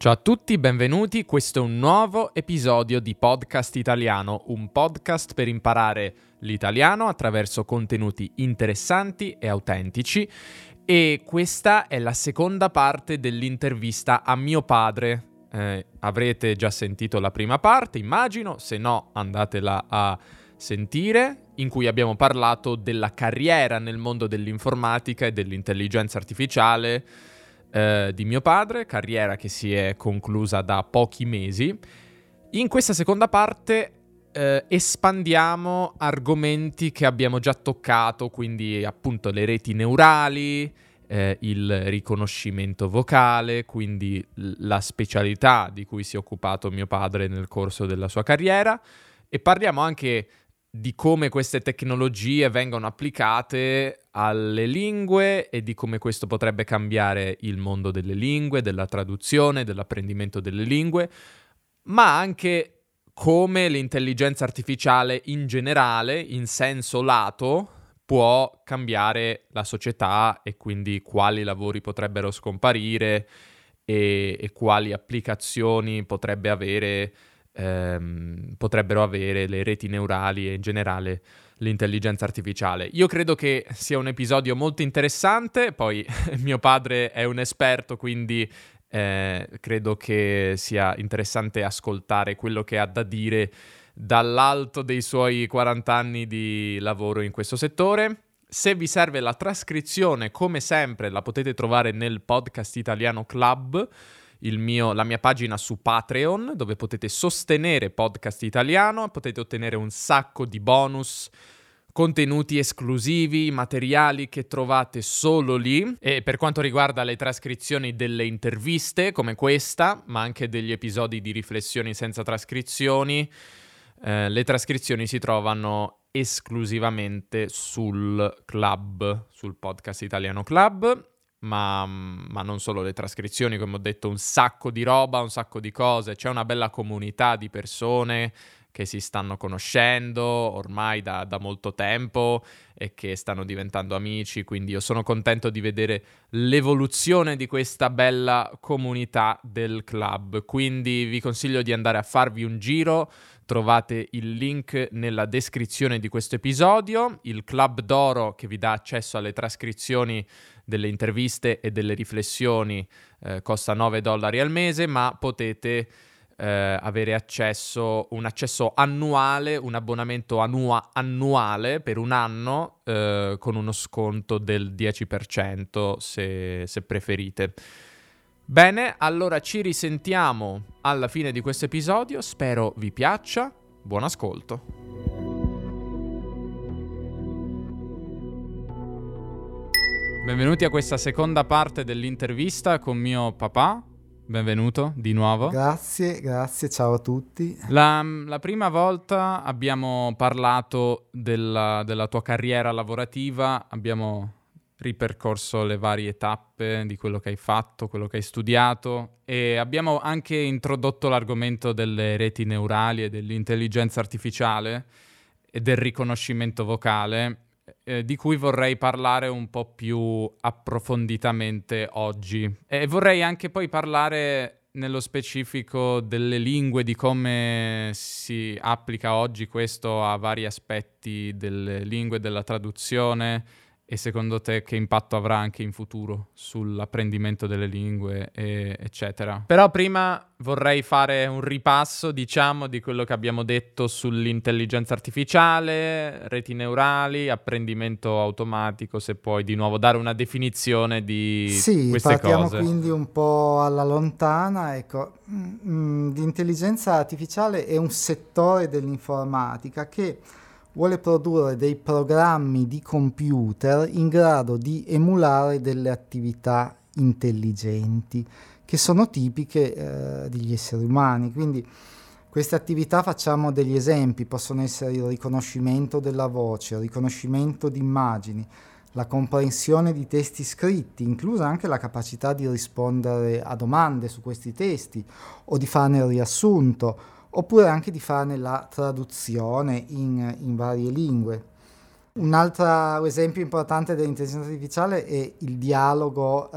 Ciao a tutti, benvenuti. Questo è un nuovo episodio di Podcast Italiano, un podcast per imparare l'italiano attraverso contenuti interessanti e autentici. E questa è la seconda parte dell'intervista a mio padre. Avrete già sentito la prima parte, immagino, se no andatela a sentire, in cui abbiamo parlato della carriera nel mondo dell'informatica e dell'intelligenza artificiale di mio padre, carriera che si è conclusa da pochi mesi. In questa seconda parte espandiamo argomenti che abbiamo già toccato, quindi appunto le reti neurali, il riconoscimento vocale, quindi la specialità di cui si è occupato mio padre nel corso della sua carriera, e parliamo anche di come queste tecnologie vengono applicate alle lingue e di come questo potrebbe cambiare il mondo delle lingue, della traduzione, dell'apprendimento delle lingue, ma anche come l'intelligenza artificiale in generale, in senso lato, può cambiare la società e quindi quali lavori potrebbero scomparire e quali applicazioni potrebbero avere le reti neurali e in generale l'intelligenza artificiale. Io credo che sia un episodio molto interessante, poi mio padre è un esperto, quindi credo che sia interessante ascoltare quello che ha da dire dall'alto dei suoi 40 anni di lavoro in questo settore. Se vi serve la trascrizione, come sempre, la potete trovare nel Podcast Italiano Club, la mia pagina su Patreon, dove potete sostenere Podcast Italiano, potete ottenere un sacco di bonus, contenuti esclusivi, materiali che trovate solo lì. E per quanto riguarda le trascrizioni delle interviste come questa, ma anche degli episodi di riflessioni senza trascrizioni, le trascrizioni si trovano esclusivamente sul club, sul Podcast Italiano Club. Ma non solo le trascrizioni, come ho detto, un sacco di roba, un sacco di cose. C'è una bella comunità di persone che si stanno conoscendo ormai da molto tempo e che stanno diventando amici, quindi io sono contento di vedere l'evoluzione di questa bella comunità del club. Quindi vi consiglio di andare a farvi un giro. Trovate il link nella descrizione di questo episodio. Il Club d'Oro, che vi dà accesso alle trascrizioni delle interviste e delle riflessioni, costa $9 al mese, ma potete avere un accesso annuale, un abbonamento annuale per un anno, con uno sconto del 10% se preferite. Bene, allora ci risentiamo alla fine di questo episodio, spero vi piaccia, buon ascolto. Benvenuti a questa seconda parte dell'intervista con mio papà, benvenuto di nuovo. Grazie, ciao a tutti. La prima volta abbiamo parlato della tua carriera lavorativa, abbiamo ripercorso le varie tappe di quello che hai fatto, quello che hai studiato, e abbiamo anche introdotto l'argomento delle reti neurali e dell'intelligenza artificiale e del riconoscimento vocale, di cui vorrei parlare un po' più approfonditamente oggi. E vorrei anche poi parlare nello specifico delle lingue, di come si applica oggi questo a vari aspetti delle lingue, della traduzione, e secondo te che impatto avrà anche in futuro sull'apprendimento delle lingue, eccetera. Però prima vorrei fare un ripasso, diciamo, di quello che abbiamo detto sull'intelligenza artificiale, reti neurali, apprendimento automatico, se puoi di nuovo dare una definizione di queste cose. Sì, partiamo quindi un po' alla lontana. Ecco, l'intelligenza artificiale è un settore dell'informatica che vuole produrre dei programmi di computer in grado di emulare delle attività intelligenti che sono tipiche degli esseri umani. Quindi queste attività, facciamo degli esempi, possono essere il riconoscimento della voce, il riconoscimento di immagini, la comprensione di testi scritti, inclusa anche la capacità di rispondere a domande su questi testi o di farne il riassunto, oppure anche di farne la traduzione in varie lingue. Un altro esempio importante dell'intelligenza artificiale è il dialogo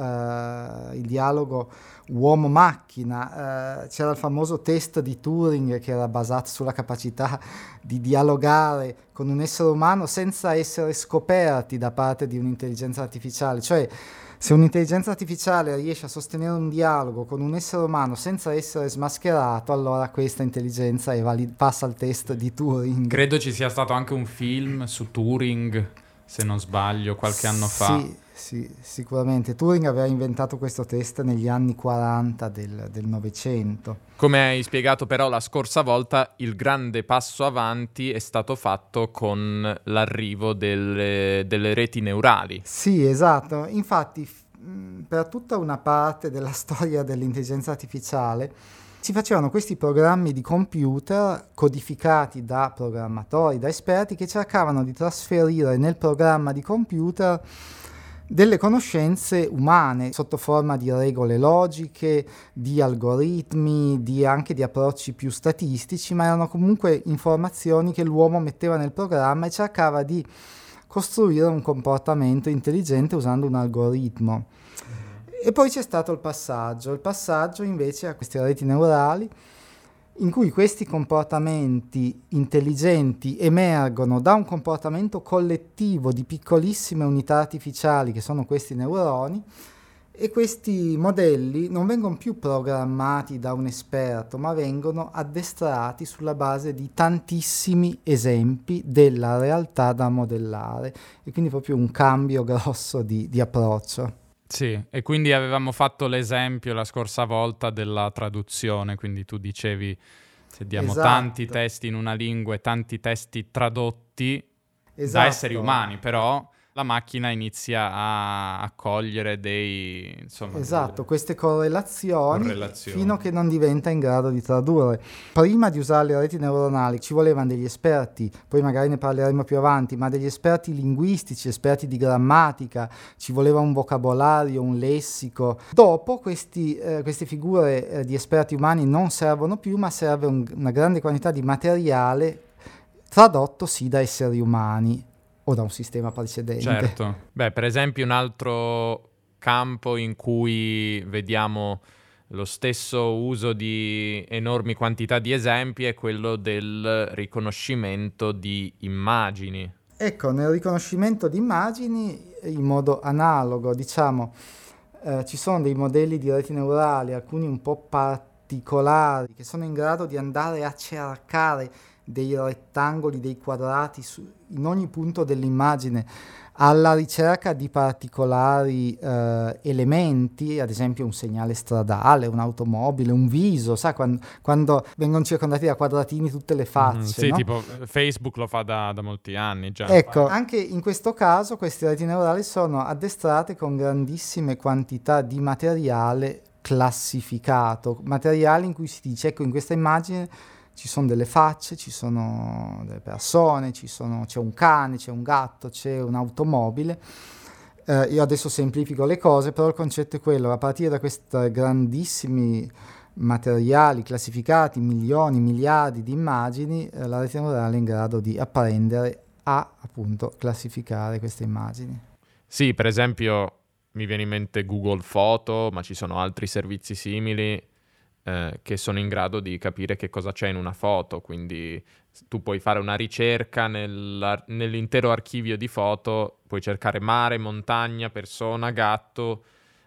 uomo-macchina. C'era il famoso test di Turing che era basato sulla capacità di dialogare con un essere umano senza essere scoperti da parte di un'intelligenza artificiale. Cioè, se un'intelligenza artificiale riesce a sostenere un dialogo con un essere umano senza essere smascherato, allora questa intelligenza passa il test di Turing. Credo ci sia stato anche un film su Turing, se non sbaglio, qualche anno fa. Sì, sicuramente. Turing aveva inventato questo test negli anni 40 del Novecento. Come hai spiegato però la scorsa volta, il grande passo avanti è stato fatto con l'arrivo delle reti neurali. Sì, esatto. Infatti, per tutta una parte della storia dell'intelligenza artificiale si facevano questi programmi di computer codificati da programmatori, da esperti, che cercavano di trasferire nel programma di computer delle conoscenze umane sotto forma di regole logiche, di algoritmi, anche di approcci più statistici, ma erano comunque informazioni che l'uomo metteva nel programma e cercava di costruire un comportamento intelligente usando un algoritmo. E poi c'è stato il passaggio invece a queste reti neurali, in cui questi comportamenti intelligenti emergono da un comportamento collettivo di piccolissime unità artificiali che sono questi neuroni, e questi modelli non vengono più programmati da un esperto, ma vengono addestrati sulla base di tantissimi esempi della realtà da modellare, e quindi proprio un cambio grosso di approccio. Sì, e quindi avevamo fatto l'esempio la scorsa volta della traduzione, quindi tu dicevi se diamo tanti testi in una lingua e tanti testi tradotti da esseri umani, però la macchina inizia a cogliere queste correlazioni fino a che non diventa in grado di tradurre. Prima di usare le reti neuronali ci volevano degli esperti, poi magari ne parleremo più avanti, ma degli esperti linguistici, esperti di grammatica, ci voleva un vocabolario, un lessico. Dopo queste figure di esperti umani non servono più, ma serve una grande quantità di materiale tradotto sì da esseri umani o da un sistema precedente. Certo. Beh, per esempio un altro campo in cui vediamo lo stesso uso di enormi quantità di esempi è quello del riconoscimento di immagini. Ecco, nel riconoscimento di immagini, in modo analogo, diciamo, ci sono dei modelli di reti neurali, alcuni un po' particolari, che sono in grado di andare a cercare dei rettangoli, dei quadrati in ogni punto dell'immagine, alla ricerca di particolari elementi, ad esempio un segnale stradale, un'automobile, un viso, sa quando vengono circondati da quadratini tutte le facce. Sì, no? tipo Facebook lo fa da molti anni già. Ecco, anche in questo caso queste reti neurali sono addestrate con grandissime quantità di materiale classificato, materiale in cui si dice, ecco, in questa immagine ci sono delle facce, ci sono delle persone, c'è un cane, c'è un gatto, c'è un'automobile. Io adesso semplifico le cose, però il concetto è quello: a partire da questi grandissimi materiali classificati, milioni, miliardi di immagini, la rete neurale è in grado di apprendere a appunto classificare queste immagini. Sì, per esempio mi viene in mente Google Foto, ma ci sono altri servizi simili che sono in grado di capire che cosa c'è in una foto, quindi tu puoi fare una ricerca nell'intero archivio di foto, puoi cercare mare, montagna, persona, gatto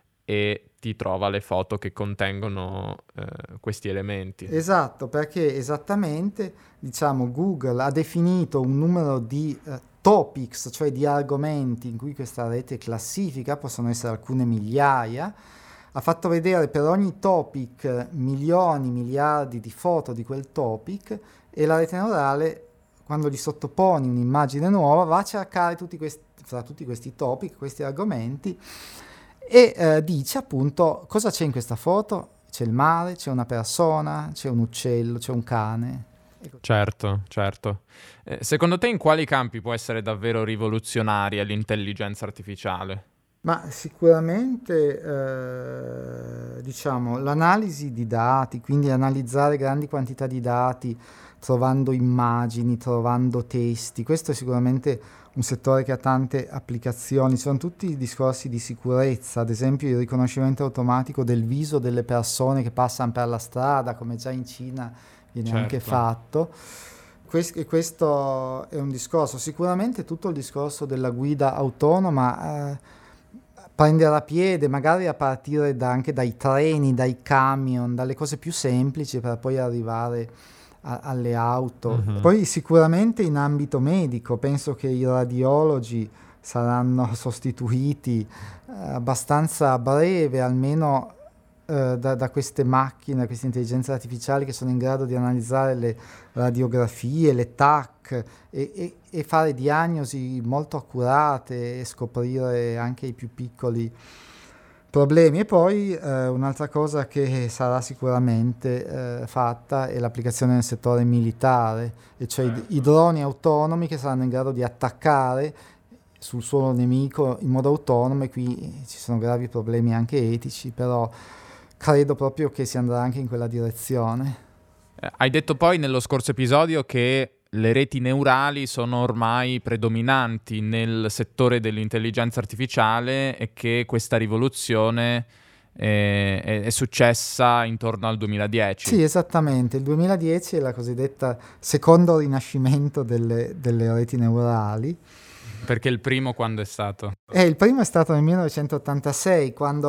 e ti trova le foto che contengono questi elementi. Esatto, perché esattamente, diciamo, Google ha definito un numero di topics, cioè di argomenti in cui questa rete classifica, possono essere alcune migliaia. Ha fatto vedere per ogni topic milioni, miliardi di foto di quel topic, e la rete neurale, quando gli sottoponi un'immagine nuova, va a cercare fra tutti questi topic, questi argomenti, e dice appunto cosa c'è in questa foto. C'è il mare, c'è una persona, c'è un uccello, c'è un cane. Certo. Secondo te in quali campi può essere davvero rivoluzionaria l'intelligenza artificiale? Ma sicuramente diciamo l'analisi di dati, quindi analizzare grandi quantità di dati trovando immagini, trovando testi, questo è sicuramente un settore che ha tante applicazioni, sono tutti discorsi di sicurezza, ad esempio il riconoscimento automatico del viso delle persone che passano per la strada, come già in Cina viene anche fatto. Questo è un discorso. Sicuramente tutto il discorso della guida autonoma prendere a piede, magari a partire anche dai treni, dai camion, dalle cose più semplici per poi arrivare alle auto. Poi sicuramente in ambito medico penso che i radiologi saranno sostituiti abbastanza a breve, almeno da queste macchine, queste intelligenze artificiali che sono in grado di analizzare le radiografie, le TAC e fare diagnosi molto accurate e scoprire anche i più piccoli problemi. E poi un'altra cosa che sarà sicuramente fatta è l'applicazione nel settore militare, e cioè i droni autonomi che saranno in grado di attaccare sul suolo nemico in modo autonomo, e qui ci sono gravi problemi anche etici, però credo proprio che si andrà anche in quella direzione. Hai detto poi nello scorso episodio che le reti neurali sono ormai predominanti nel settore dell'intelligenza artificiale e che questa rivoluzione è successa intorno al 2010. Sì, esattamente. Il 2010 è la cosiddetta secondo rinascimento delle reti neurali. Perché il primo quando è stato? Il primo è stato nel 1986,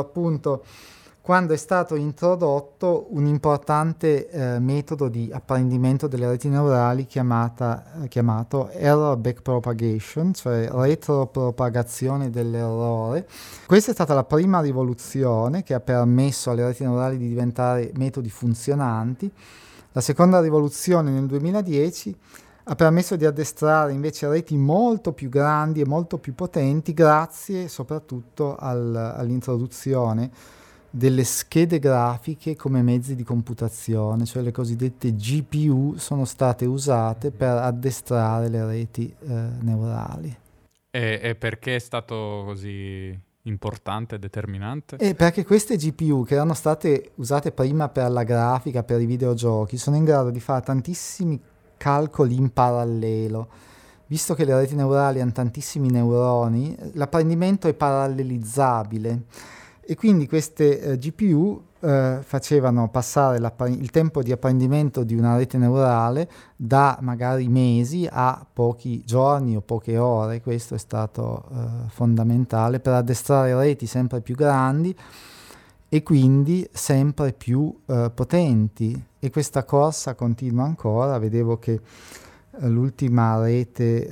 quando è stato introdotto un importante metodo di apprendimento delle reti neurali chiamato error backpropagation, cioè retropropagazione dell'errore. Questa è stata la prima rivoluzione che ha permesso alle reti neurali di diventare metodi funzionanti. La seconda rivoluzione nel 2010 ha permesso di addestrare invece reti molto più grandi e molto più potenti, grazie soprattutto all'introduzione delle schede grafiche come mezzi di computazione, cioè le cosiddette GPU sono state usate per addestrare le reti neurali. E perché è stato così importante, determinante? Perché queste GPU, che erano state usate prima per la grafica, per i videogiochi, sono in grado di fare tantissimi calcoli in parallelo. Visto che le reti neurali hanno tantissimi neuroni, l'apprendimento è parallelizzabile. E quindi queste GPU facevano passare il tempo di apprendimento di una rete neurale da magari mesi a pochi giorni o poche ore. Questo è stato fondamentale per addestrare reti sempre più grandi e quindi sempre più potenti. E questa corsa continua ancora. Vedevo che l'ultima rete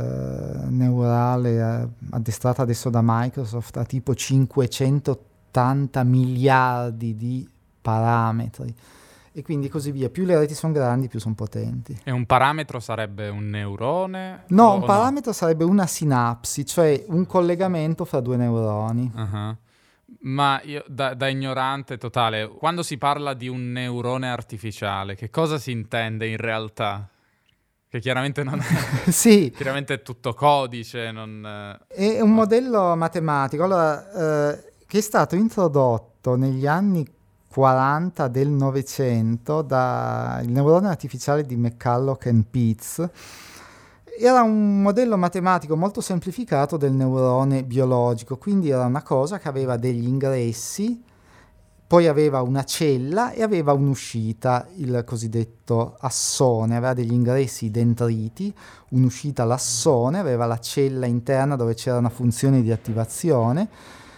neurale addestrata adesso da Microsoft ha tipo 580 miliardi di parametri e quindi così via. Più le reti sono grandi, più sono potenti. E un parametro sarebbe un neurone? No, un parametro sarebbe una sinapsi, cioè un collegamento fra due neuroni. Uh-huh. Ma io da ignorante totale, quando si parla di un neurone artificiale, che cosa si intende in realtà? Che chiaramente non è, sì. Chiaramente è tutto codice, È un modello matematico, allora, che è stato introdotto negli anni 40 del Novecento dal neurone artificiale di McCulloch and Pitts. Era un modello matematico molto semplificato del neurone biologico, quindi era una cosa che aveva degli ingressi, poi aveva una cella e aveva un'uscita, il cosiddetto assone, aveva degli ingressi dendriti, un'uscita l'assone, aveva la cella interna dove c'era una funzione di attivazione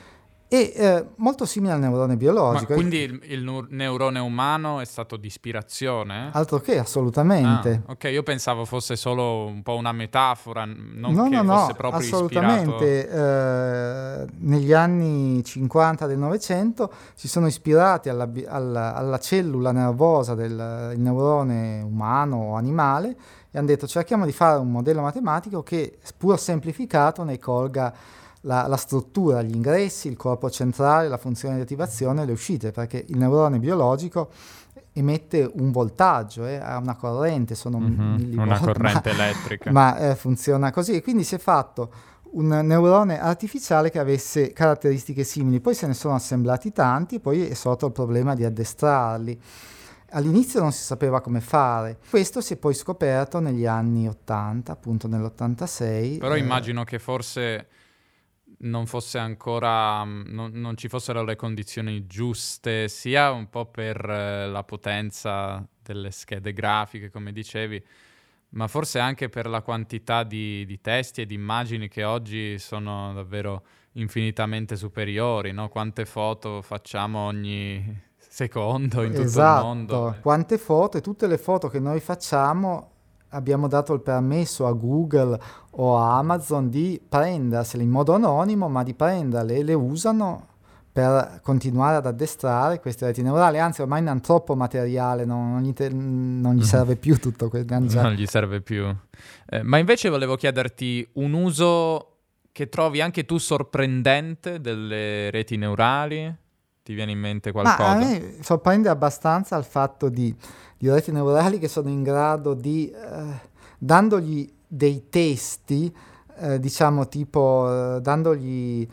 e molto simile al neurone biologico. Ma quindi il neurone umano è stato di ispirazione? Altro che, assolutamente. Ok, io pensavo fosse solo un po' una metafora, fosse proprio assolutamente. Ispirato. Negli anni 50 del Novecento si sono ispirati alla cellula nervosa del neurone umano o animale e hanno detto cerchiamo di fare un modello matematico che, pur semplificato, ne colga la struttura, gli ingressi, il corpo centrale, la funzione di attivazione e le uscite, perché il neurone biologico emette un voltaggio, ha una corrente, sono millivolt, una corrente elettrica. Ma funziona così, e quindi si è fatto un neurone artificiale che avesse caratteristiche simili. Poi se ne sono assemblati tanti e poi è sorto il problema di addestrarli. All'inizio non si sapeva come fare. Questo si è poi scoperto negli anni 80, appunto nell'86. Però immagino che forse non fosse ancora, non ci fossero le condizioni giuste, sia un po' per la potenza delle schede grafiche, come dicevi, ma forse anche per la quantità di testi e di immagini che oggi sono davvero infinitamente superiori, no? Quante foto facciamo ogni secondo in tutto il mondo. Quante foto, e tutte le foto che noi facciamo abbiamo dato il permesso a Google o a Amazon di prendersele in modo anonimo, ma di prenderle e le usano per continuare ad addestrare queste reti neurali. Anzi, ormai ne hanno troppo materiale, non gli serve più tutto questo. Non gli serve più. Ma invece volevo chiederti un uso che trovi anche tu sorprendente delle reti neurali? Ti viene in mente qualcosa? Ma a me sorprende abbastanza il fatto di reti neurali che sono in grado di, dandogli dei testi, diciamo tipo dandogli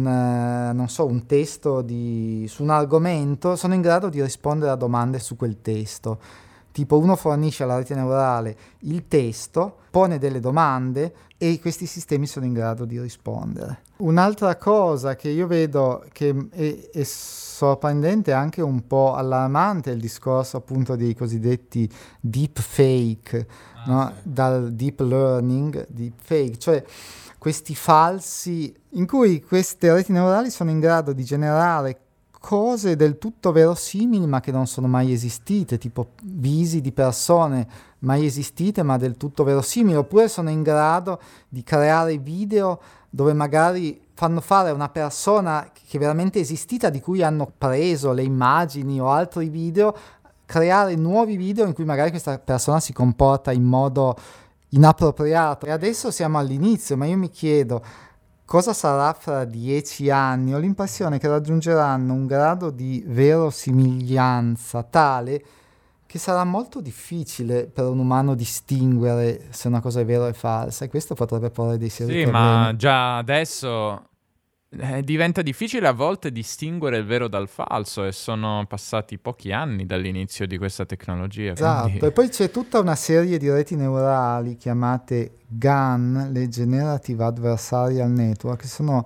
un testo su un argomento, sono in grado di rispondere a domande su quel testo. Tipo uno fornisce alla rete neurale il testo, pone delle domande e questi sistemi sono in grado di rispondere. Un'altra cosa che io vedo che è sorprendente, anche un po' allarmante, è il discorso appunto dei cosiddetti deepfake, no? Sì. Dal deep learning, deepfake, cioè questi falsi in cui queste reti neurali sono in grado di generare cose del tutto verosimili ma che non sono mai esistite, tipo visi di persone mai esistite ma del tutto verosimili, oppure sono in grado di creare video dove magari fanno fare a una persona che è veramente esistita, di cui hanno preso le immagini o altri video, creare nuovi video in cui magari questa persona si comporta in modo inappropriato. E adesso siamo all'inizio, ma io mi chiedo cosa sarà fra 10 anni. Ho l'impressione che raggiungeranno un grado di verosimiglianza tale che sarà molto difficile per un umano distinguere se una cosa è vera o falsa, e questo potrebbe porre dei seri problemi. Sì, ma già adesso diventa difficile a volte distinguere il vero dal falso, e sono passati pochi anni dall'inizio di questa tecnologia. Esatto, quindi... E poi c'è tutta una serie di reti neurali chiamate GAN, le Generative Adversarial Network,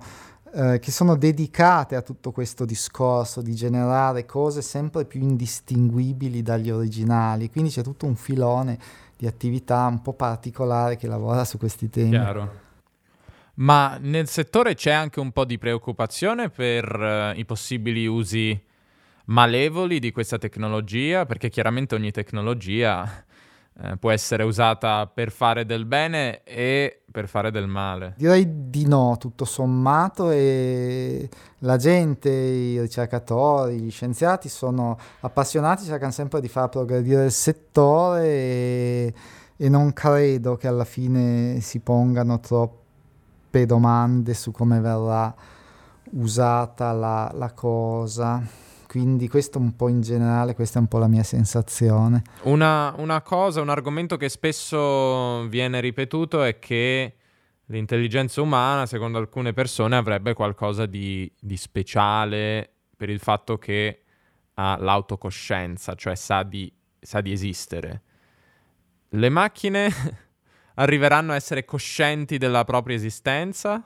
che sono dedicate a tutto questo discorso di generare cose sempre più indistinguibili dagli originali. Quindi c'è tutto un filone di attività un po' particolare che lavora su questi temi. Chiaro. Ma nel settore c'è anche un po' di preoccupazione per i possibili usi malevoli di questa tecnologia, perché chiaramente ogni tecnologia può essere usata per fare del bene e per fare del male. Direi di no, tutto sommato, e la gente, i ricercatori, gli scienziati sono appassionati, cercano sempre di far progredire il settore e non credo che alla fine si pongano troppe domande su come verrà usata la cosa. Quindi questo un po' in generale, questa è un po' la mia sensazione. Un argomento che spesso viene ripetuto è che l'intelligenza umana, secondo alcune persone, avrebbe qualcosa di speciale per il fatto che ha l'autocoscienza, cioè sa di esistere. Le macchine arriveranno a essere coscienti della propria esistenza?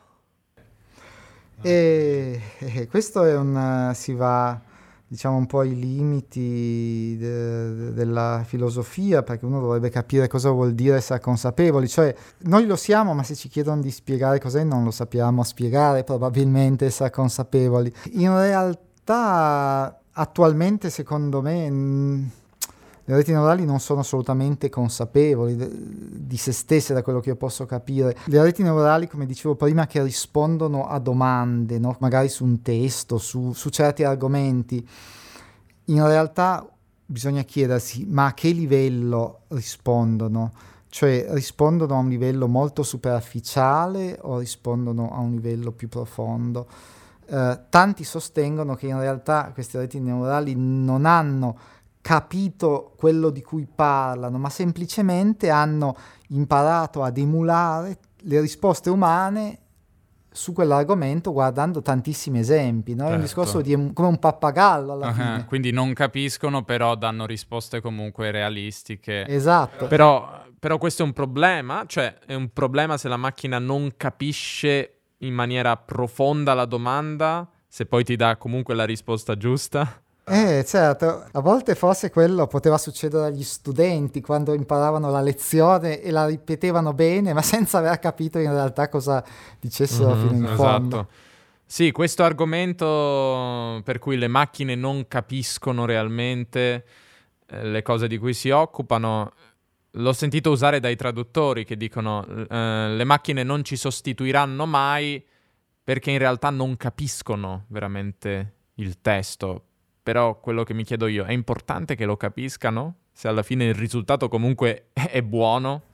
E questo è si va... diciamo un po' ai limiti della filosofia, perché uno dovrebbe capire cosa vuol dire essere consapevoli. Cioè, noi lo siamo, ma se ci chiedono di spiegare cos'è non lo sappiamo spiegare, probabilmente, essere consapevoli. In realtà, attualmente, secondo me, le reti neurali non sono assolutamente consapevoli di se stesse, da quello che io posso capire. Le reti neurali, come dicevo prima, che rispondono a domande, no? Magari su un testo, su certi argomenti. In realtà bisogna chiedersi, ma a che livello rispondono? Cioè, rispondono a un livello molto superficiale o rispondono a un livello più profondo? Tanti sostengono che in realtà queste reti neurali non hanno capito quello di cui parlano, ma semplicemente hanno imparato ad emulare le risposte umane su quell'argomento guardando tantissimi esempi, no? È un discorso come un pappagallo alla fine. Quindi non capiscono, però danno risposte comunque realistiche. Esatto. Però questo è un problema, cioè è un problema se la macchina non capisce in maniera profonda la domanda, se poi ti dà comunque la risposta giusta. Certo, a volte forse quello poteva succedere agli studenti quando imparavano la lezione e la ripetevano bene, ma senza aver capito in realtà cosa dicessero fino in fondo. Esatto. Sì, questo argomento per cui le macchine non capiscono realmente le cose di cui si occupano, l'ho sentito usare dai traduttori che dicono le macchine non ci sostituiranno mai perché in realtà non capiscono veramente il testo. Però quello che mi chiedo io, è importante che lo capiscano? Se alla fine il risultato comunque è buono?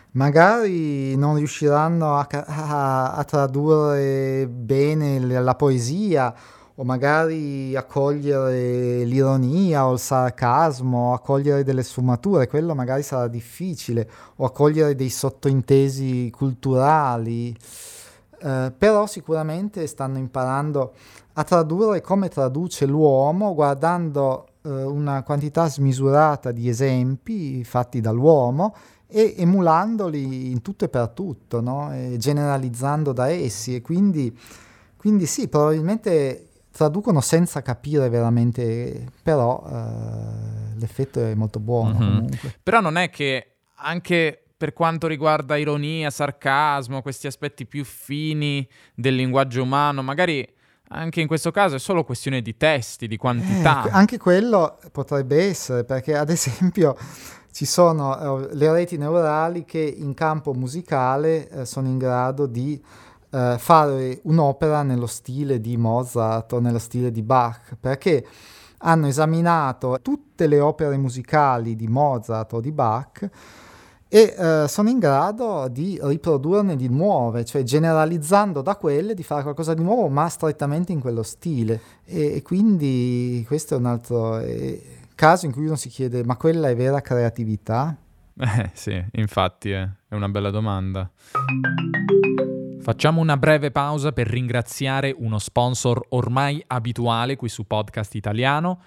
Magari non riusciranno a tradurre bene la poesia, o magari a cogliere l'ironia o il sarcasmo, a cogliere delle sfumature, quello magari sarà difficile, o a cogliere dei sottointesi culturali. Però sicuramente stanno imparando a tradurre come traduce l'uomo, guardando una quantità smisurata di esempi fatti dall'uomo e emulandoli in tutto e per tutto, no? E generalizzando da essi, e quindi sì, probabilmente traducono senza capire veramente, però l'effetto è molto buono comunque. Però non è che anche per quanto riguarda ironia, sarcasmo, questi aspetti più fini del linguaggio umano, magari anche in questo caso è solo questione di testi, di quantità. Anche quello potrebbe essere, perché ad esempio ci sono le reti neurali che in campo musicale sono in grado di fare un'opera nello stile di Mozart o nello stile di Bach, perché hanno esaminato tutte le opere musicali di Mozart o di Bach e sono in grado di riprodurne di nuove, cioè generalizzando da quelle di fare qualcosa di nuovo ma strettamente in quello stile, e quindi questo è un altro caso in cui uno si chiede: ma quella è vera creatività? Sì, infatti è una bella domanda. Facciamo una breve pausa per ringraziare uno sponsor ormai abituale qui su Podcast Italiano,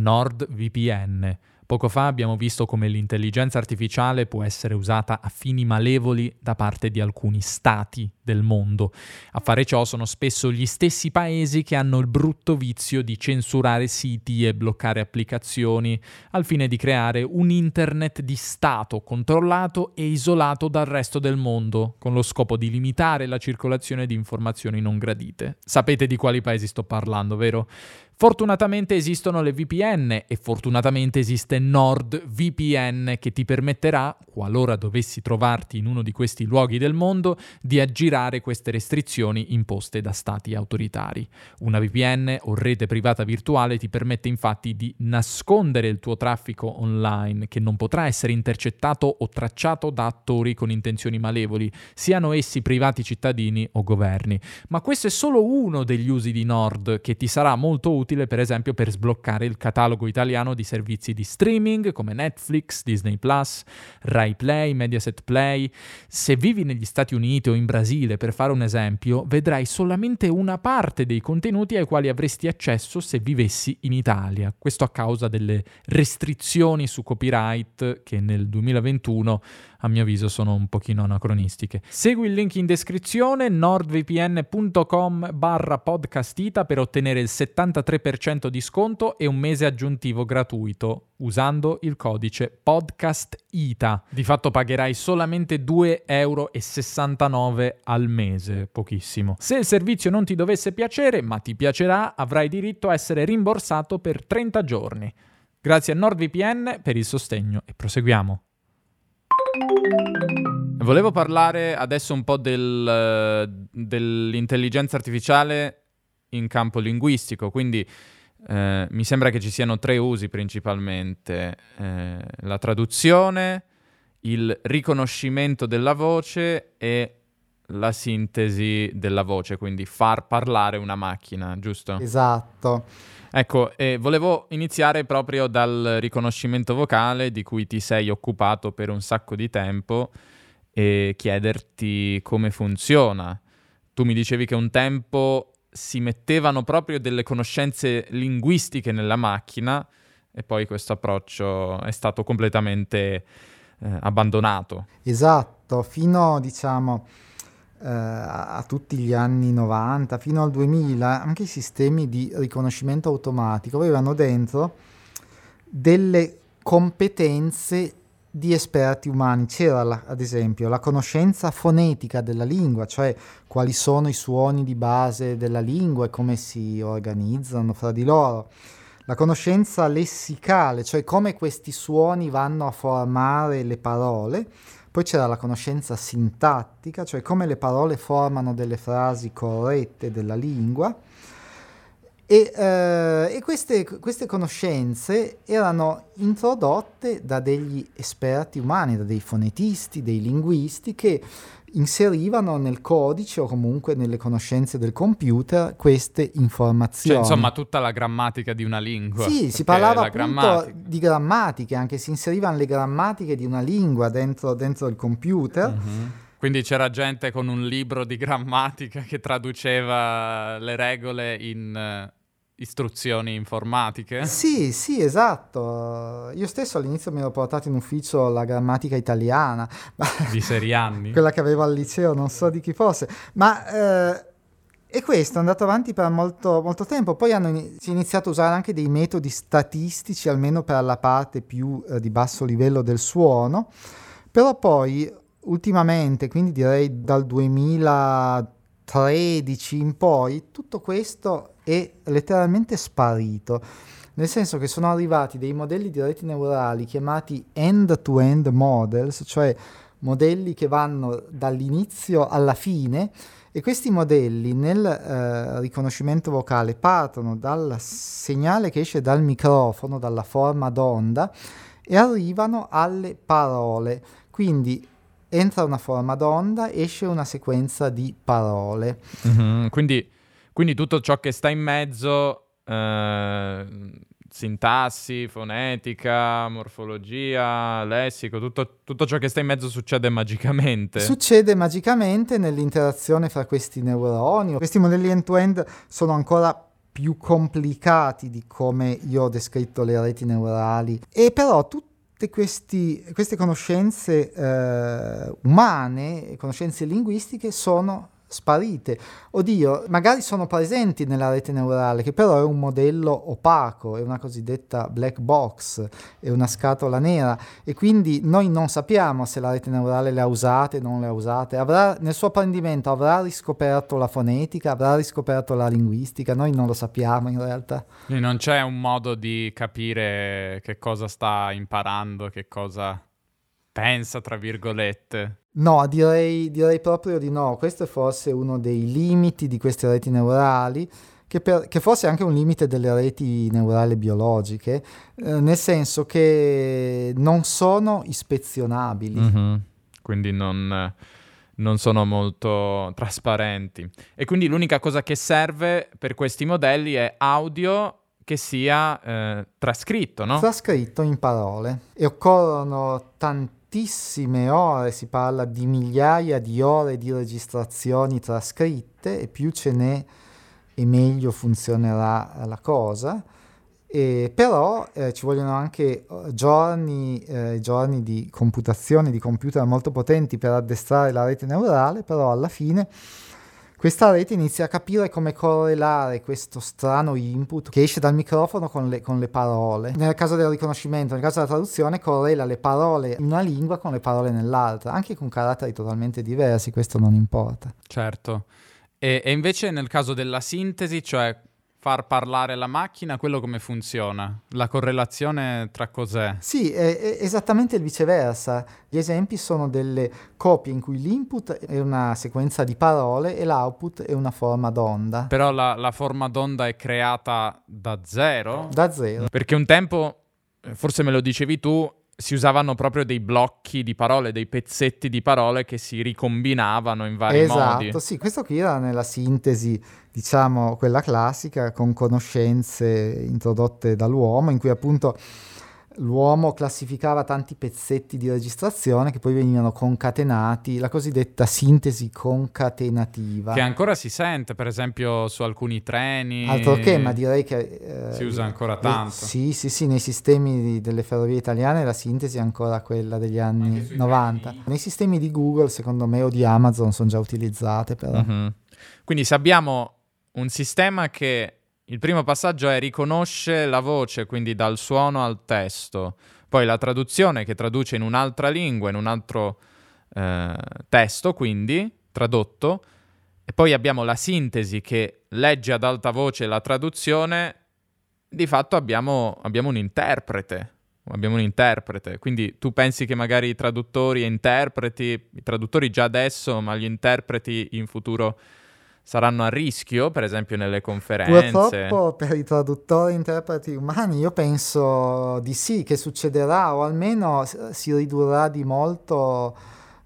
NordVPN. Poco fa abbiamo visto come l'intelligenza artificiale può essere usata a fini malevoli da parte di alcuni stati del mondo. A fare ciò sono spesso gli stessi paesi che hanno il brutto vizio di censurare siti e bloccare applicazioni al fine di creare un internet di Stato controllato e isolato dal resto del mondo, con lo scopo di limitare la circolazione di informazioni non gradite. Sapete di quali paesi sto parlando, vero? Fortunatamente esistono le VPN e fortunatamente esiste NordVPN che ti permetterà, qualora dovessi trovarti in uno di questi luoghi del mondo, di aggirare queste restrizioni imposte da stati autoritari. Una VPN o rete privata virtuale ti permette infatti di nascondere il tuo traffico online, che non potrà essere intercettato o tracciato da attori con intenzioni malevoli, siano essi privati cittadini o governi. Ma questo è solo uno degli usi di Nord, che ti sarà molto utile per esempio per sbloccare il catalogo italiano di servizi di streaming come Netflix, Disney+, Rai Play, Mediaset Play. Se vivi negli Stati Uniti o in Brasile, per fare un esempio, vedrai solamente una parte dei contenuti ai quali avresti accesso se vivessi in Italia. Questo a causa delle restrizioni su copyright che nel 2021 a mio avviso sono un pochino anacronistiche. Segui il link in descrizione, nordvpn.com/podcastita, per ottenere il 73% di sconto e un mese aggiuntivo gratuito usando il codice podcastita. Di fatto pagherai solamente €2,69 al mese, pochissimo. Se il servizio non ti dovesse piacere, ma ti piacerà, avrai diritto a essere rimborsato per 30 giorni. Grazie a NordVPN per il sostegno e proseguiamo. Volevo parlare adesso un po' dell'intelligenza artificiale in campo linguistico, quindi mi sembra che ci siano 3 usi principalmente: la traduzione, il riconoscimento della voce e la sintesi della voce, quindi far parlare una macchina, giusto? Esatto. Ecco, volevo iniziare proprio dal riconoscimento vocale, di cui ti sei occupato per un sacco di tempo, e chiederti come funziona. tu mi dicevi che un tempo si mettevano proprio delle conoscenze linguistiche nella macchina e poi questo approccio è stato completamente abbandonato. Esatto, fino diciamo a tutti gli anni 90, fino al 2000, anche i sistemi di riconoscimento automatico avevano dentro delle competenze di esperti umani. C'era ad esempio la conoscenza fonetica della lingua, cioè quali sono i suoni di base della lingua e come si organizzano fra di loro. La conoscenza lessicale, cioè come questi suoni vanno a formare le parole. Poi c'era la conoscenza sintattica, cioè come le parole formano delle frasi corrette della lingua. E queste conoscenze erano introdotte da degli esperti umani, da dei fonetisti, dei linguisti, che inserivano nel codice o comunque nelle conoscenze del computer queste informazioni. Cioè, insomma, tutta la grammatica di una lingua. Sì, si parlava appunto di grammatiche, anche si inserivano le grammatiche di una lingua dentro il computer. Mm-hmm. Quindi c'era gente con un libro di grammatica che traduceva le regole in istruzioni informatiche? Sì, esatto. Io stesso all'inizio mi ero portato in ufficio la grammatica italiana. Di Serianni? Quella che avevo al liceo, non so di chi fosse. E questo è andato avanti per molto, molto tempo. Poi si è iniziato a usare anche dei metodi statistici, almeno per la parte più di basso livello del suono. Però poi, ultimamente, quindi direi dal 2013 in poi, tutto questo è letteralmente sparito, nel senso che sono arrivati dei modelli di reti neurali chiamati end-to-end models, cioè modelli che vanno dall'inizio alla fine, e questi modelli nel riconoscimento vocale partono dal segnale che esce dal microfono, dalla forma d'onda, e arrivano alle parole. Quindi entra una forma d'onda, esce una sequenza di parole. Mm-hmm. Quindi tutto ciò che sta in mezzo, sintassi, fonetica, morfologia, lessico, tutto ciò che sta in mezzo succede magicamente. Succede magicamente nell'interazione fra questi neuroni. Questi modelli end-to-end sono ancora più complicati di come io ho descritto le reti neurali. E però tutte queste conoscenze umane, conoscenze linguistiche, sono sparite. Oddio, magari sono presenti nella rete neurale, che però è un modello opaco, è una cosiddetta black box, è una scatola nera, e quindi noi non sappiamo se la rete neurale le ha usate, non le ha usate. Nel suo apprendimento avrà riscoperto la fonetica, avrà riscoperto la linguistica, noi non lo sappiamo in realtà. Quindi non c'è un modo di capire che cosa sta imparando, che cosa pensa, tra virgolette. No, direi proprio di no. Questo è forse uno dei limiti di queste reti neurali, che forse è anche un limite delle reti neurali biologiche, nel senso che non sono ispezionabili. Mm-hmm. Quindi non sono molto trasparenti. E quindi l'unica cosa che serve per questi modelli è audio che sia trascritto, no? Trascritto in parole. E occorrono tantissime ore, si parla di migliaia di ore di registrazioni trascritte, e più ce n'è e meglio funzionerà la cosa. Però ci vogliono anche giorni di computazione, di computer molto potenti per addestrare la rete neurale, però alla fine questa rete inizia a capire come correlare questo strano input che esce dal microfono con le parole. Nel caso del riconoscimento, nel caso della traduzione, correla le parole in una lingua con le parole nell'altra, anche con caratteri totalmente diversi, questo non importa. Certo. E invece nel caso della sintesi, cioè far parlare la macchina, quello come funziona? La correlazione tra cos'è? Sì, è esattamente il viceversa. Gli esempi sono delle copie in cui l'input è una sequenza di parole e l'output è una forma d'onda. Però la forma d'onda è creata da zero? Da zero. Perché un tempo, forse me lo dicevi tu, si usavano proprio dei blocchi di parole, dei pezzetti di parole che si ricombinavano in vari modi. Esatto, sì, questo qui era nella sintesi, diciamo, quella classica, con conoscenze introdotte dall'uomo, in cui appunto l'uomo classificava tanti pezzetti di registrazione che poi venivano concatenati, la cosiddetta sintesi concatenativa. Che ancora si sente, per esempio, su alcuni treni. Altro che, ma direi che... si usa ancora tanto. Sì, nei sistemi delle ferrovie italiane la sintesi è ancora quella degli anni 90. Treni. Nei sistemi di Google, secondo me, o di Amazon sono già utilizzate, però. Mm-hmm. Quindi se abbiamo un sistema che il primo passaggio è riconosce la voce, quindi dal suono al testo, poi la traduzione che traduce in un'altra lingua, in un altro testo, quindi tradotto, e poi abbiamo la sintesi che legge ad alta voce la traduzione, di fatto abbiamo un interprete. Quindi tu pensi che magari i traduttori e i traduttori già adesso, ma gli interpreti in futuro saranno a rischio, per esempio nelle conferenze? Purtroppo per i traduttori e interpreti umani io penso di sì, che succederà, o almeno si ridurrà di molto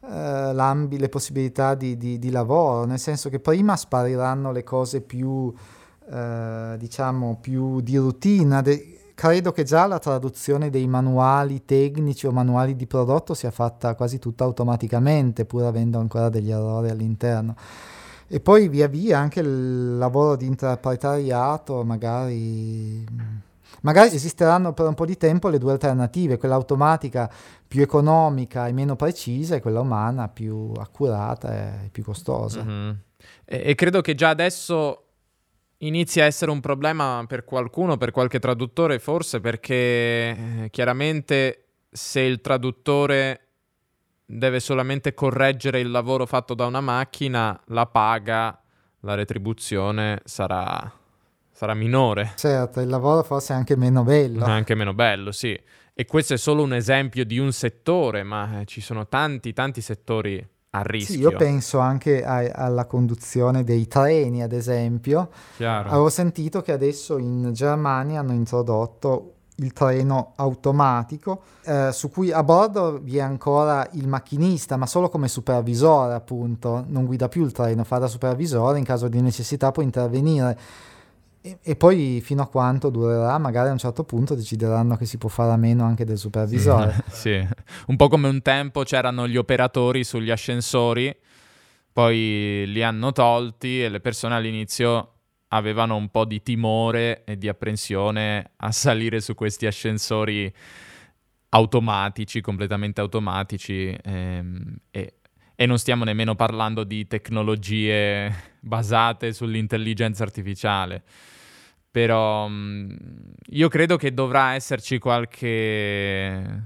le possibilità di lavoro, nel senso che prima spariranno le cose più, diciamo, più di routine. Credo che già la traduzione dei manuali tecnici o manuali di prodotto sia fatta quasi tutta automaticamente, pur avendo ancora degli errori all'interno. E poi via via anche il lavoro di interpretariato, magari esisteranno per un po' di tempo le due alternative, quella automatica più economica e meno precisa, e quella umana più accurata e più costosa. Mm-hmm. E credo che già adesso inizia a essere un problema per qualcuno, per qualche traduttore forse, perché chiaramente se il traduttore deve solamente correggere il lavoro fatto da una macchina, la paga, la retribuzione sarà minore. Certo, il lavoro forse è anche meno bello. Anche meno bello, sì. E questo è solo un esempio di un settore, ma ci sono tanti settori a rischio. Sì, io penso anche alla conduzione dei treni, ad esempio. Chiaro. Avevo sentito che adesso in Germania hanno introdotto il treno automatico, su cui a bordo vi è ancora il macchinista, ma solo come supervisore, appunto. Non guida più il treno, fa da supervisore, in caso di necessità può intervenire. E poi fino a quanto durerà, magari a un certo punto decideranno che si può fare a meno anche del supervisore. Sì, un po' come un tempo c'erano gli operatori sugli ascensori, poi li hanno tolti e le persone all'inizio avevano un po' di timore e di apprensione a salire su questi ascensori automatici, completamente automatici, e non stiamo nemmeno parlando di tecnologie basate sull'intelligenza artificiale. Però io credo che dovrà esserci qualche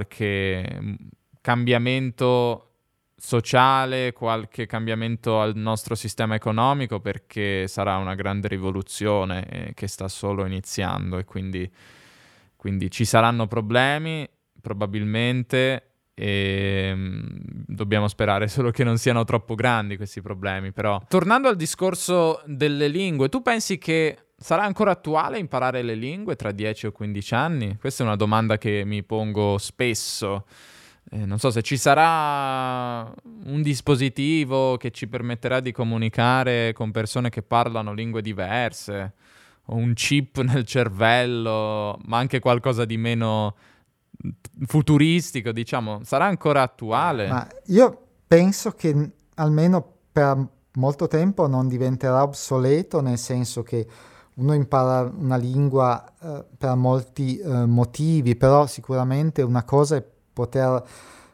cambiamento sociale, qualche cambiamento al nostro sistema economico, perché sarà una grande rivoluzione che sta solo iniziando, e quindi ci saranno problemi probabilmente, e dobbiamo sperare solo che non siano troppo grandi questi problemi. Però tornando al discorso delle lingue, tu pensi che sarà ancora attuale imparare le lingue tra 10 o 15 anni? Questa è una domanda che mi pongo spesso. Non so se ci sarà un dispositivo che ci permetterà di comunicare con persone che parlano lingue diverse, o un chip nel cervello, ma anche qualcosa di meno futuristico, diciamo. Sarà ancora attuale? Ma io penso che almeno per molto tempo non diventerà obsoleto, nel senso che uno impara una lingua per molti motivi, però sicuramente una cosa è poter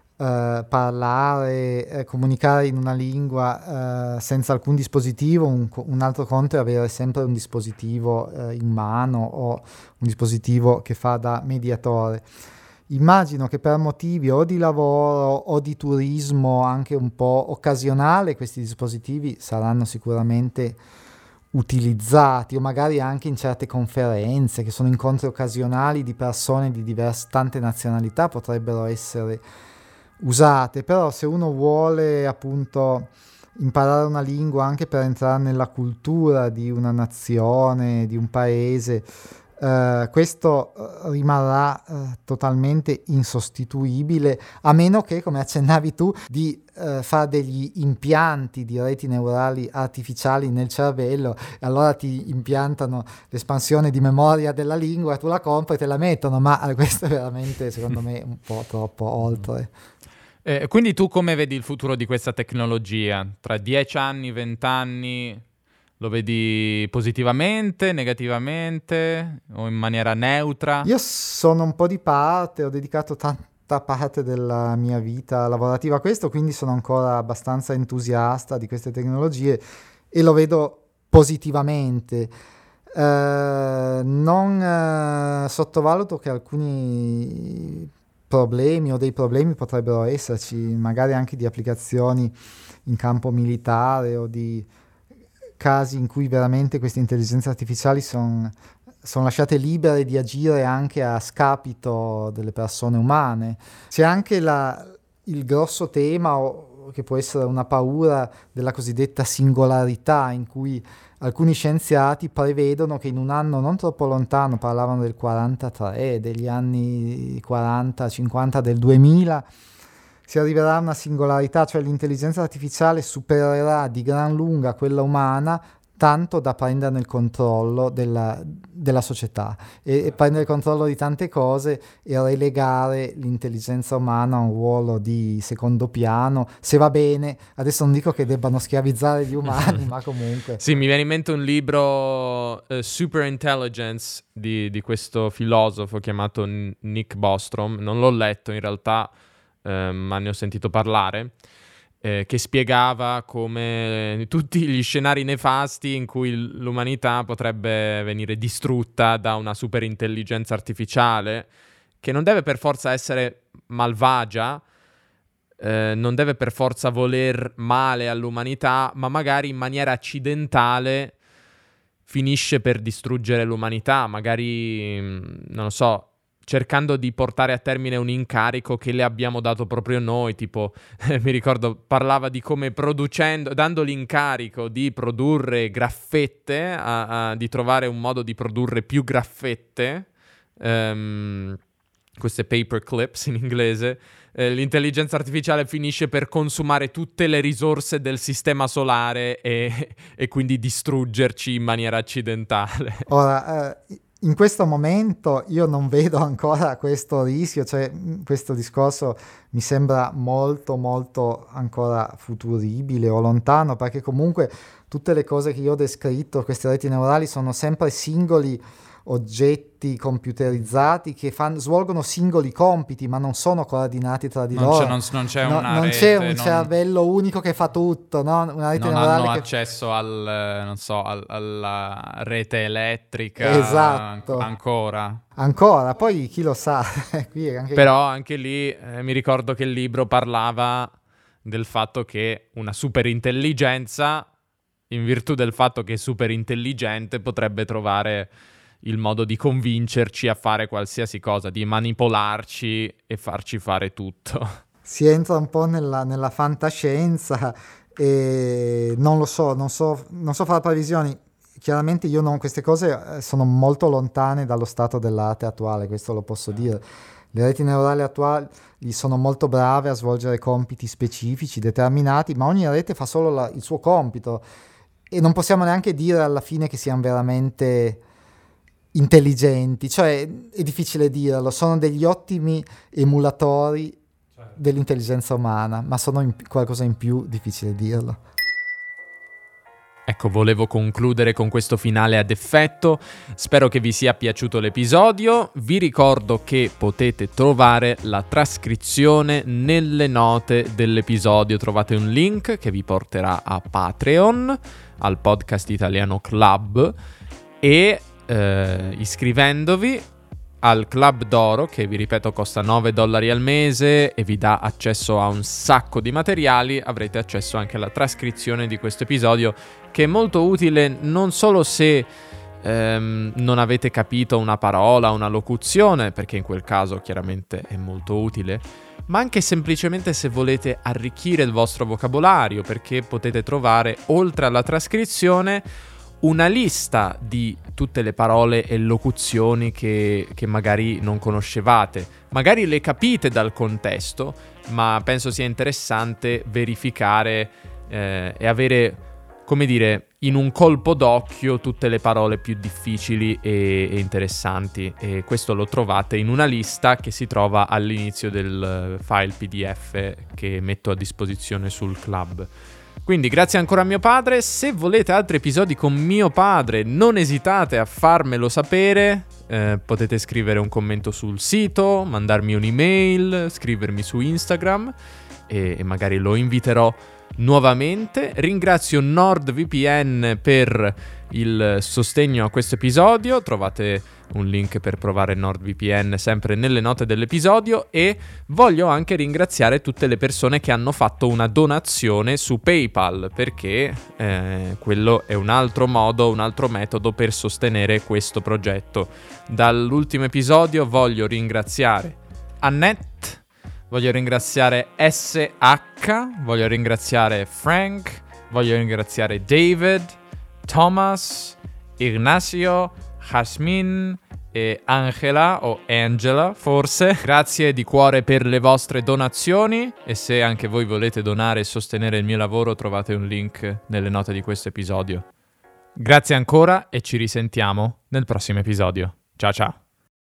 parlare, comunicare in una lingua senza alcun dispositivo. Un altro conto è avere sempre un dispositivo in mano, o un dispositivo che fa da mediatore. Immagino che per motivi o di lavoro o di turismo anche un po' occasionale questi dispositivi saranno sicuramente utilizzati, o magari anche in certe conferenze, che sono incontri occasionali di persone di tante nazionalità, potrebbero essere usate. Però se uno vuole appunto imparare una lingua anche per entrare nella cultura di una nazione, di un paese, questo rimarrà totalmente insostituibile, a meno che, come accennavi tu, di fare degli impianti di reti neurali artificiali nel cervello, e allora ti impiantano l'espansione di memoria della lingua, tu la compri e te la mettono, ma questo è veramente, secondo me, un po' troppo oltre. Quindi tu come vedi il futuro di questa tecnologia? Tra 10 anni, 20 anni, lo vedi positivamente, negativamente o in maniera neutra? Io sono un po' di parte, ho dedicato tanta parte della mia vita lavorativa a questo, quindi sono ancora abbastanza entusiasta di queste tecnologie e lo vedo positivamente. Non sottovaluto che alcuni problemi o dei problemi potrebbero esserci, magari anche di applicazioni in campo militare o di casi in cui veramente queste intelligenze artificiali sono lasciate libere di agire anche a scapito delle persone umane. C'è anche il grosso tema, che può essere una paura, della cosiddetta singolarità, in cui alcuni scienziati prevedono che in un anno non troppo lontano, parlavano del 43, degli anni 40-50 del 2000, si arriverà a una singolarità, cioè l'intelligenza artificiale supererà di gran lunga quella umana, tanto da prenderne il controllo della società e prendere il controllo di tante cose e relegare l'intelligenza umana a un ruolo di secondo piano, se va bene. Adesso non dico che debbano schiavizzare gli umani, ma comunque... Sì, mi viene in mente un libro, Super Intelligence, di questo filosofo chiamato Nick Bostrom. Non l'ho letto in realtà, ma ne ho sentito parlare, che spiegava come tutti gli scenari nefasti in cui l'umanità potrebbe venire distrutta da una super intelligenza artificiale, che non deve per forza essere malvagia, non deve per forza voler male all'umanità, ma magari in maniera accidentale finisce per distruggere l'umanità, magari, non lo so, cercando di portare a termine un incarico che le abbiamo dato proprio noi, tipo, mi ricordo, parlava di come dando l'incarico di produrre graffette, di trovare un modo di produrre più graffette, queste paper clips in inglese, l'intelligenza artificiale finisce per consumare tutte le risorse del sistema solare e quindi distruggerci in maniera accidentale. Ora, in questo momento io non vedo ancora questo rischio, cioè questo discorso mi sembra molto molto ancora futuribile o lontano, perché comunque tutte le cose che io ho descritto, queste reti neurali, sono sempre singoli oggetti computerizzati che svolgono singoli compiti, ma non sono coordinati tra di loro. Non c'è una non rete, c'è un cervello unico che fa tutto, no? Una rete neurale hanno accesso alla rete elettrica. Esatto. Ancora, poi chi lo sa. Qui anche... Però anche lì mi ricordo che il libro parlava del fatto che una superintelligenza, in virtù del fatto che è superintelligente, potrebbe trovare il modo di convincerci a fare qualsiasi cosa, di manipolarci e farci fare tutto. Si entra un po' nella fantascienza e non so fare previsioni. Chiaramente io queste cose sono molto lontane dallo stato dell'arte attuale, questo lo posso dire. Le reti neurali attuali sono molto brave a svolgere compiti specifici, determinati, ma ogni rete fa solo il suo compito e non possiamo neanche dire alla fine che siano veramente intelligenti, cioè è difficile dirlo, sono degli ottimi emulatori dell'intelligenza umana, ma sono qualcosa in più, difficile dirlo. Ecco, volevo concludere con questo finale ad effetto. Spero che vi sia piaciuto l'episodio. Vi ricordo che potete trovare la trascrizione nelle note dell'episodio. Trovate un link che vi porterà a Patreon, al Podcast Italiano Club, e iscrivendovi al Club d'Oro, che vi ripeto costa $9 al mese e vi dà accesso a un sacco di materiali, avrete accesso anche alla trascrizione di questo episodio, che è molto utile non solo se non avete capito una parola, una locuzione, perché in quel caso chiaramente è molto utile, ma anche semplicemente se volete arricchire il vostro vocabolario, perché potete trovare, oltre alla trascrizione, una lista di tutte le parole e locuzioni che magari non conoscevate. Magari le capite dal contesto, ma penso sia interessante verificare e avere, come dire, in un colpo d'occhio tutte le parole più difficili e interessanti. E questo lo trovate in una lista che si trova all'inizio del file PDF che metto a disposizione sul club. Quindi grazie ancora a mio padre. Se volete altri episodi con mio padre, non esitate a farmelo sapere. Potete scrivere un commento sul sito, mandarmi un'email, scrivermi su Instagram e magari lo inviterò nuovamente. Ringrazio NordVPN per il sostegno a questo episodio. Trovate un link per provare NordVPN sempre nelle note dell'episodio, e voglio anche ringraziare tutte le persone che hanno fatto una donazione su PayPal, perché quello è un altro modo, un altro metodo per sostenere questo progetto. Dall'ultimo episodio voglio ringraziare Annette, voglio ringraziare SH, voglio ringraziare Frank, voglio ringraziare David, Thomas, Ignacio, Jasmine e Angela, o Angela forse. Grazie di cuore per le vostre donazioni, e se anche voi volete donare e sostenere il mio lavoro trovate un link nelle note di questo episodio. Grazie ancora e ci risentiamo nel prossimo episodio. Ciao ciao!